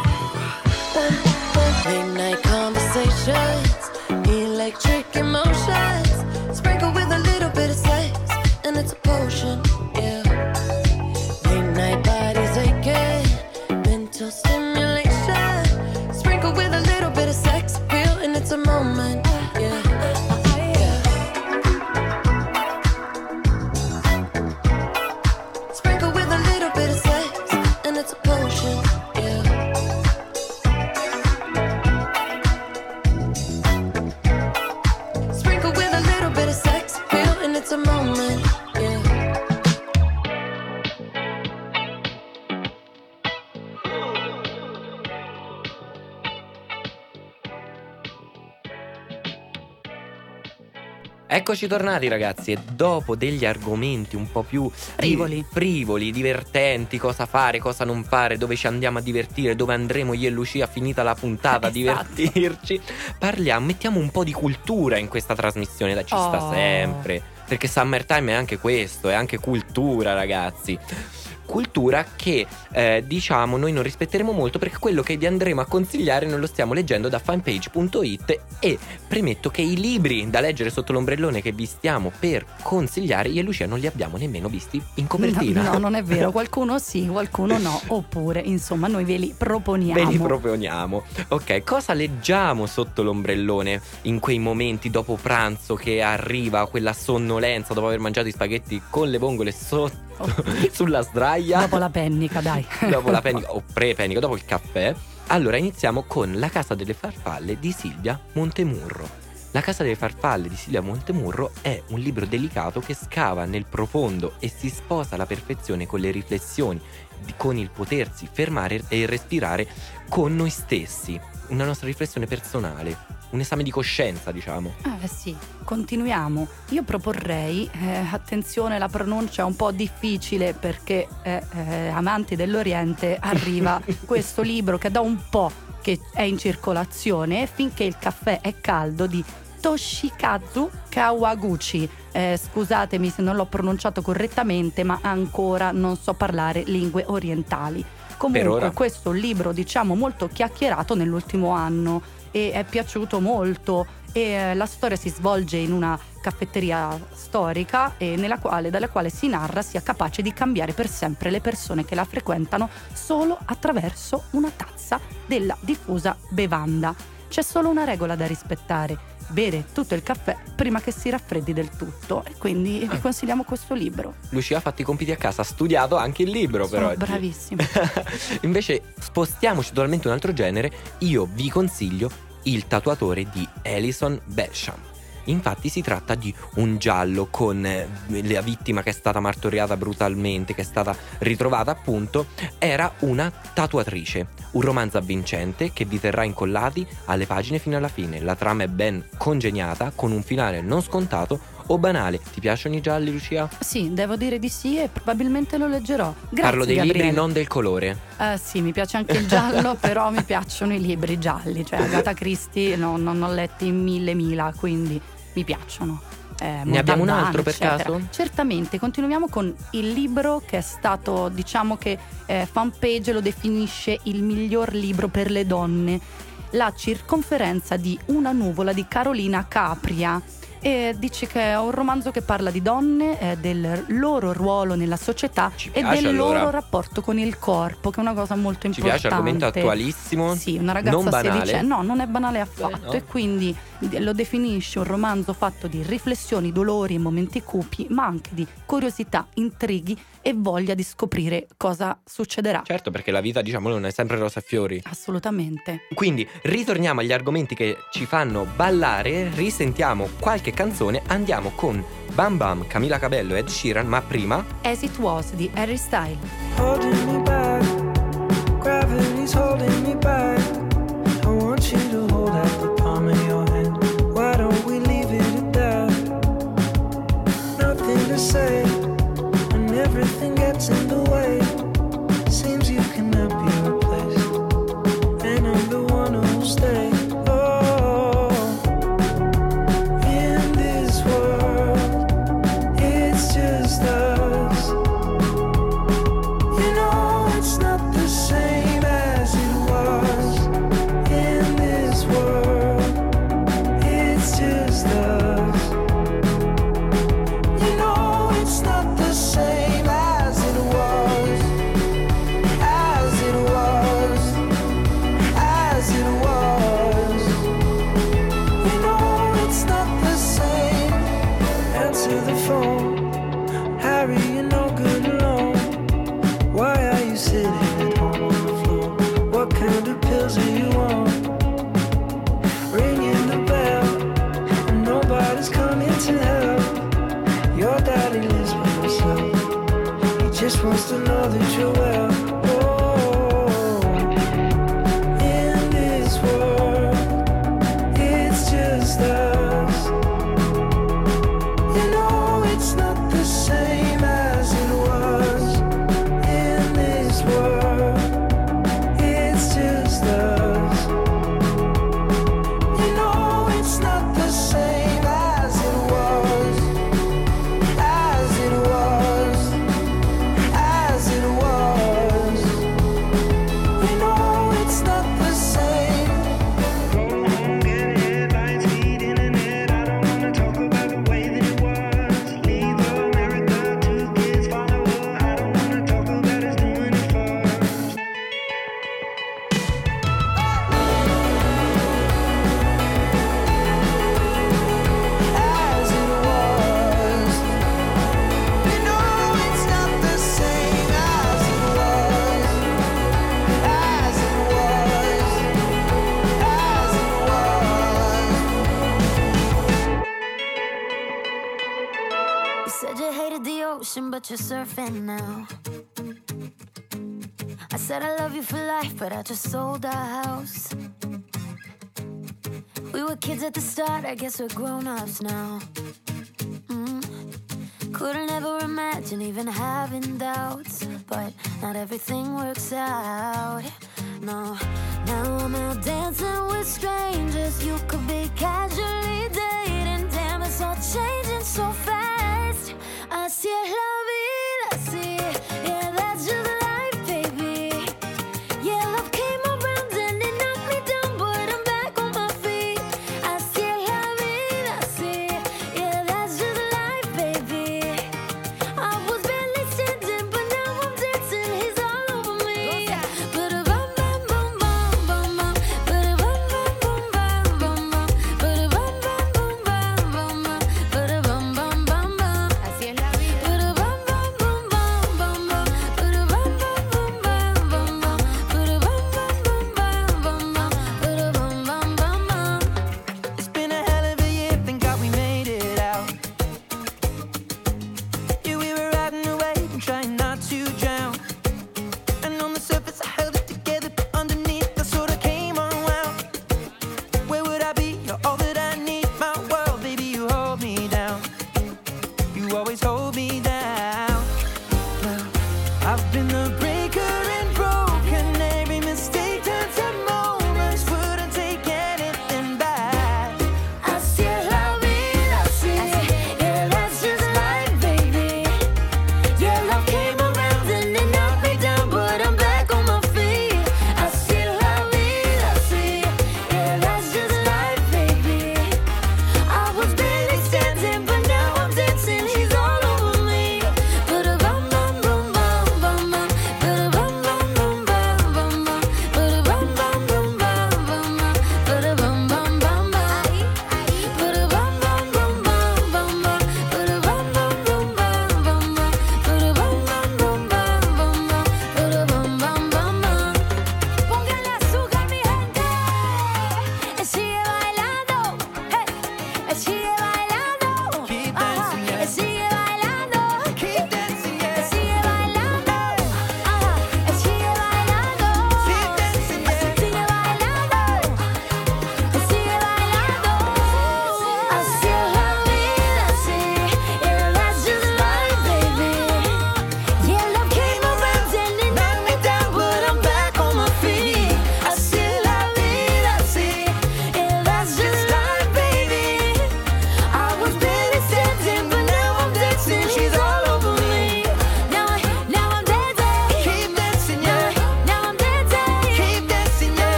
Late night conversations, electric emotions, sprinkle with a little bit of sex, and it's a potion. Yeah. Late night bodies aching, mental stimulation, sprinkle with a little bit of sex appeal, and it's a moment. Yeah. Yeah. Sprinkle with a little bit of sex, and it's a potion. Yeah. Sprinkle with a little bit of sex appeal, and it's a moment. Yeah. Eccoci tornati ragazzi, e dopo degli argomenti un po' più Frivoli. di- frivoli, divertenti, cosa fare, cosa non fare, dove ci andiamo a divertire, dove andremo io e Lucia finita la puntata a Esatto. divertirci, parliamo, mettiamo un po' di cultura in questa trasmissione, da ci sta Oh. sempre, perché Summertime è anche questo, è anche cultura ragazzi. Cultura che eh, diciamo noi non rispetteremo molto, perché quello che vi andremo a consigliare noi lo stiamo leggendo da fanpage punto it, e premetto che i libri da leggere sotto l'ombrellone che vi stiamo per consigliare io e Lucia non li abbiamo nemmeno visti in copertina. No, no, non è vero, qualcuno sì, qualcuno no, oppure insomma noi ve li proponiamo. Ve li proponiamo. Ok, cosa leggiamo sotto l'ombrellone in quei momenti dopo pranzo che arriva quella sonnolenza dopo aver mangiato i spaghetti con le vongole sotto sulla sdraia? Dopo la pennica, dai. Dopo la pennica o pre-pennica, dopo il caffè. Allora iniziamo con La casa delle farfalle di Silvia Montemurro. La casa delle farfalle di Silvia Montemurro è un libro delicato che scava nel profondo e si sposa alla perfezione con le riflessioni, di- con il potersi fermare e respirare con noi stessi, una nostra riflessione personale, un esame di coscienza, diciamo. Ah, eh sì, continuiamo. Io proporrei, eh, attenzione, la pronuncia è un po' difficile perché eh, eh, amanti dell'Oriente arriva questo libro che da un po' che è in circolazione, Finché il caffè è caldo, di Toshikazu Kawaguchi. Eh, scusatemi se non l'ho pronunciato correttamente, ma ancora non so parlare lingue orientali. Per Comunque ora. questo è un libro, diciamo, molto chiacchierato nell'ultimo anno e è piaciuto molto, e eh, la storia si svolge in una caffetteria storica e nella quale, dalla quale si narra sia capace di cambiare per sempre le persone che la frequentano solo attraverso una tazza della diffusa bevanda. C'è solo una regola da rispettare: bere tutto il caffè prima che si raffreddi del tutto, e quindi vi consigliamo questo libro. Lucia ha fatto i compiti a casa, ha studiato anche il libro per Sono oggi. bravissima. Invece spostiamoci totalmente un altro genere. Io vi consiglio Il tatuatore di Alison Basham. Infatti si tratta di un giallo con eh, la vittima che è stata martoriata brutalmente, che è stata ritrovata appunto, era una tatuatrice. Un romanzo avvincente che vi terrà incollati alle pagine fino alla fine. La trama è ben congegnata, con un finale non scontato, o banale. Ti piacciono i gialli, Lucia? Sì, devo dire di sì e probabilmente lo leggerò. Grazie, Parlo dei Gabriele. libri, non del colore. Eh sì, mi piace anche il giallo, però mi piacciono i libri gialli. Cioè Agatha Christie no, non ho letti mille mila, quindi mi piacciono. Eh, ne abbiamo un altro per eccetera. caso? Certamente, continuiamo con il libro che è stato, diciamo che eh, Fanpage lo definisce il miglior libro per le donne, La circonferenza di una nuvola di Carolina Capria. E dice che è un romanzo che parla di donne, eh, del loro ruolo nella società Ci e piace, del allora. loro rapporto con il corpo, che è una cosa molto Ci importante. piace, argomento attualissimo. Sì, una ragazza non banale. sedicenne. No, non è banale affatto. Beh, no. E quindi lo definisce un romanzo fatto di riflessioni, dolori e momenti cupi, ma anche di curiosità, intrighi e voglia di scoprire cosa succederà. Certo, perché la vita, diciamo, non è sempre rosa e fiori. Assolutamente. Quindi ritorniamo agli argomenti che ci fanno ballare, risentiamo qualche canzone, andiamo con Bam Bam, Camila Cabello e Ed Sheeran, ma prima As It Was di Harry Styles. Holding me back, gravity's holding me back. I want you to hold out the palm of your hand. Why don't we leave it at that? Nothing to say, and everything gets in the way. Seems you cannot be replaced, and I'm the one who'll stay. Oh, in this world, it's just us. You know it's not the same as it was. In this world, it's just us. You know it's not the same as it was. As it was. As it was. You know it's not the same. Answer the phone. Harry, you're no good alone. Why are you sitting at home on the floor? What kind of pills are you on? Ringing the bell, and nobody's coming to help. Your daddy lives by himself. He just wants to know that you're well. Oh, in this world, it's just us. You know it's not the same as it was. In this world, it's just us. You know it's not the same as it was. As it was. As it was. You know it's not the same. Go home, get headlines, feed internet. I don't wanna talk about the way that it was. Leave America, two kids follow her. I don't wanna talk about us doing it first. As it was. You know it's not the same as it was. As it was. As it was. You said you hated the ocean, but you're surfing now. I said I love you for life, but I just sold our house. We were kids at the start, I guess we're grown-ups now. Mm. Couldn't ever imagine even having doubts, but not everything works out. No, now I'm out dancing with strangers. You could be casually dating. Damn, it's all changing so fast. Así es la vida, así. Yeah, that's just life, baby. Yeah, love came around and it knocked me down, but I'm back on my feet. Así es la vida, así. Yeah, that's just life, baby. I was barely standing, but now I'm dancing. He's all over me. Ba-da-bum, bum, bum, bum, bum, bum. Ba-da-bum, bum, bum, bum.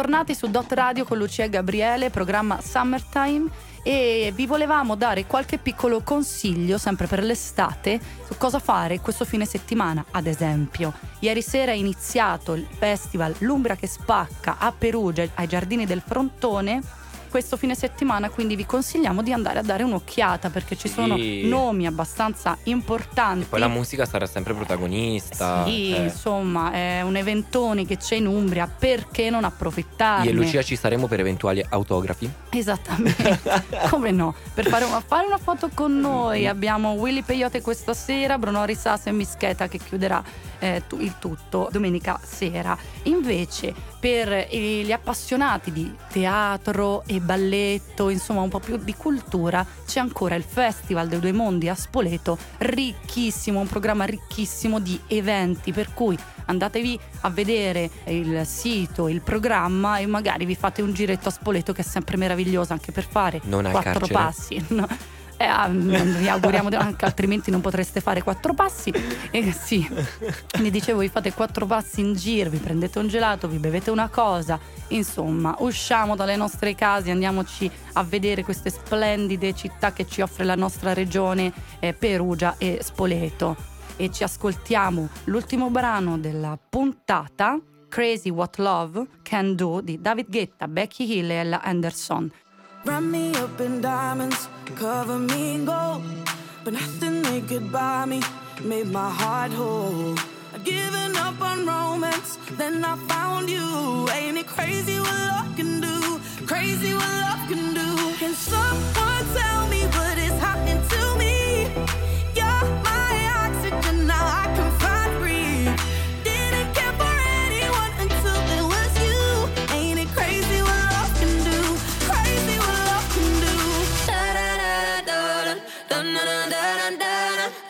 bentornati su Dot Radio con Lucia e Gabriele, programma Summertime, e vi volevamo dare qualche piccolo consiglio sempre per l'estate su cosa fare questo fine settimana. Ad esempio, ieri sera è iniziato il festival L'Umbria che spacca a Perugia ai Giardini del Frontone questo fine settimana, quindi vi consigliamo di andare a dare un'occhiata perché ci sono Sì. nomi abbastanza importanti. Poi la musica sarà sempre protagonista. Sì, eh. insomma, è un eventone che c'è in Umbria, perché non approfittarne? Io e Lucia ci saremo per eventuali autografi. Esattamente, come no? Per fare una, fare una foto con noi abbiamo Willy Peyote questa sera, Bruno Risas e Mischeta che chiuderà eh, tu, il tutto domenica sera. Invece per eh, gli appassionati di teatro e balletto, insomma un po' più di cultura, c'è ancora il Festival dei Due Mondi a Spoleto, ricchissimo, un programma ricchissimo di eventi, per cui andatevi a vedere il sito, il programma e magari vi fate un giretto a Spoleto, che è sempre meraviglioso anche per fare Non al quattro carcere. passi. No. Eh, ah, vi auguriamo di- anche, altrimenti non potreste fare quattro passi. Eh, sì, vi dicevo, vi fate quattro passi in giro, vi prendete un gelato, vi bevete una cosa, insomma usciamo dalle nostre case, andiamoci a vedere queste splendide città che ci offre la nostra regione, eh, Perugia e Spoleto. E ci ascoltiamo l'ultimo brano della puntata, Crazy What Love Can Do, di David Guetta, Becky Hill e Ella Anderson. Wrap me up in diamonds, cover me in gold, but nothing they could buy me made my heart whole. I'd given up on romance, then I found you. Ain't it crazy what love can do? Crazy what love can do. Can someone tell me what is happening to me? You're my oxygen, now I can find breathe. Didn't care for anyone until it was you. Ain't it crazy what love can do? Crazy what love can do. Da da da da da da da da da da.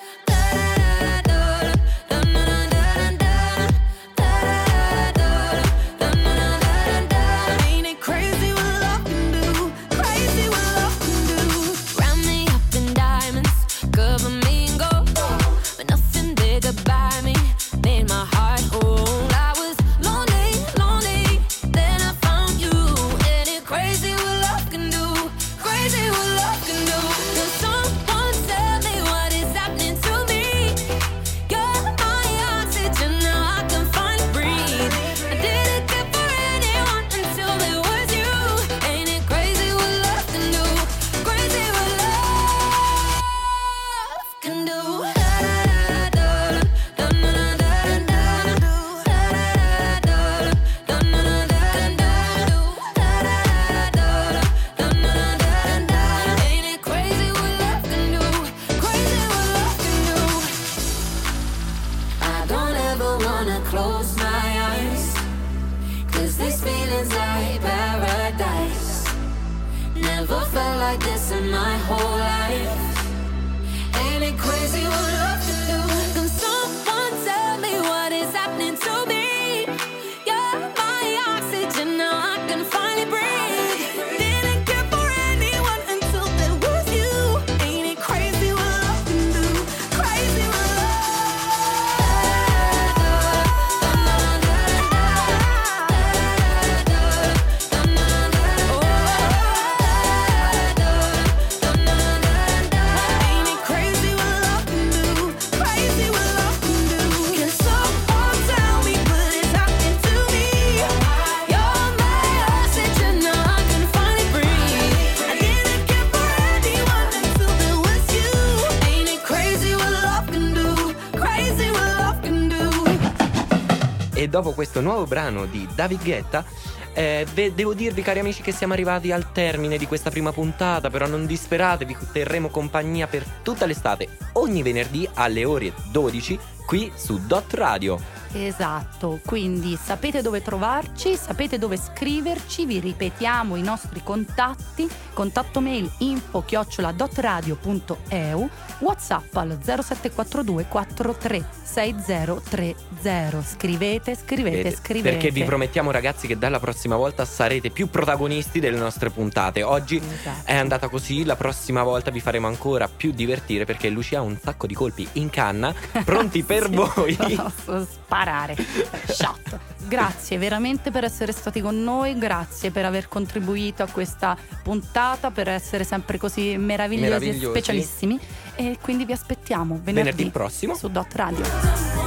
E dopo questo nuovo brano di David Guetta, eh, ve- devo dirvi, cari amici, che siamo arrivati al termine di questa prima puntata. Però non disperate, vi terremo compagnia per tutta l'estate, ogni venerdì alle ore dodici qui su Dot Radio. Esatto, quindi sapete dove trovarci, sapete dove scriverci, vi ripetiamo i nostri contatti: contatto mail info chiocciola dotradio punto e u, WhatsApp al zero sette quattro due quattro tre sei zero tre zero. Scrivete, scrivete, Vedete? scrivete. Perché vi promettiamo, ragazzi, che dalla prossima volta sarete più protagonisti delle nostre puntate. Oggi Esatto. è andata così, la prossima volta vi faremo ancora più divertire, perché Lucia ha un sacco di colpi in canna pronti per Sì, voi. il nostro sparare. Shot. Grazie veramente per essere stati con noi, grazie per aver contribuito a questa puntata, per essere sempre così meravigliosi, Meravigliosi. e specialissimi. E quindi vi aspettiamo venerdì, Venerdì prossimo su Dot Radio.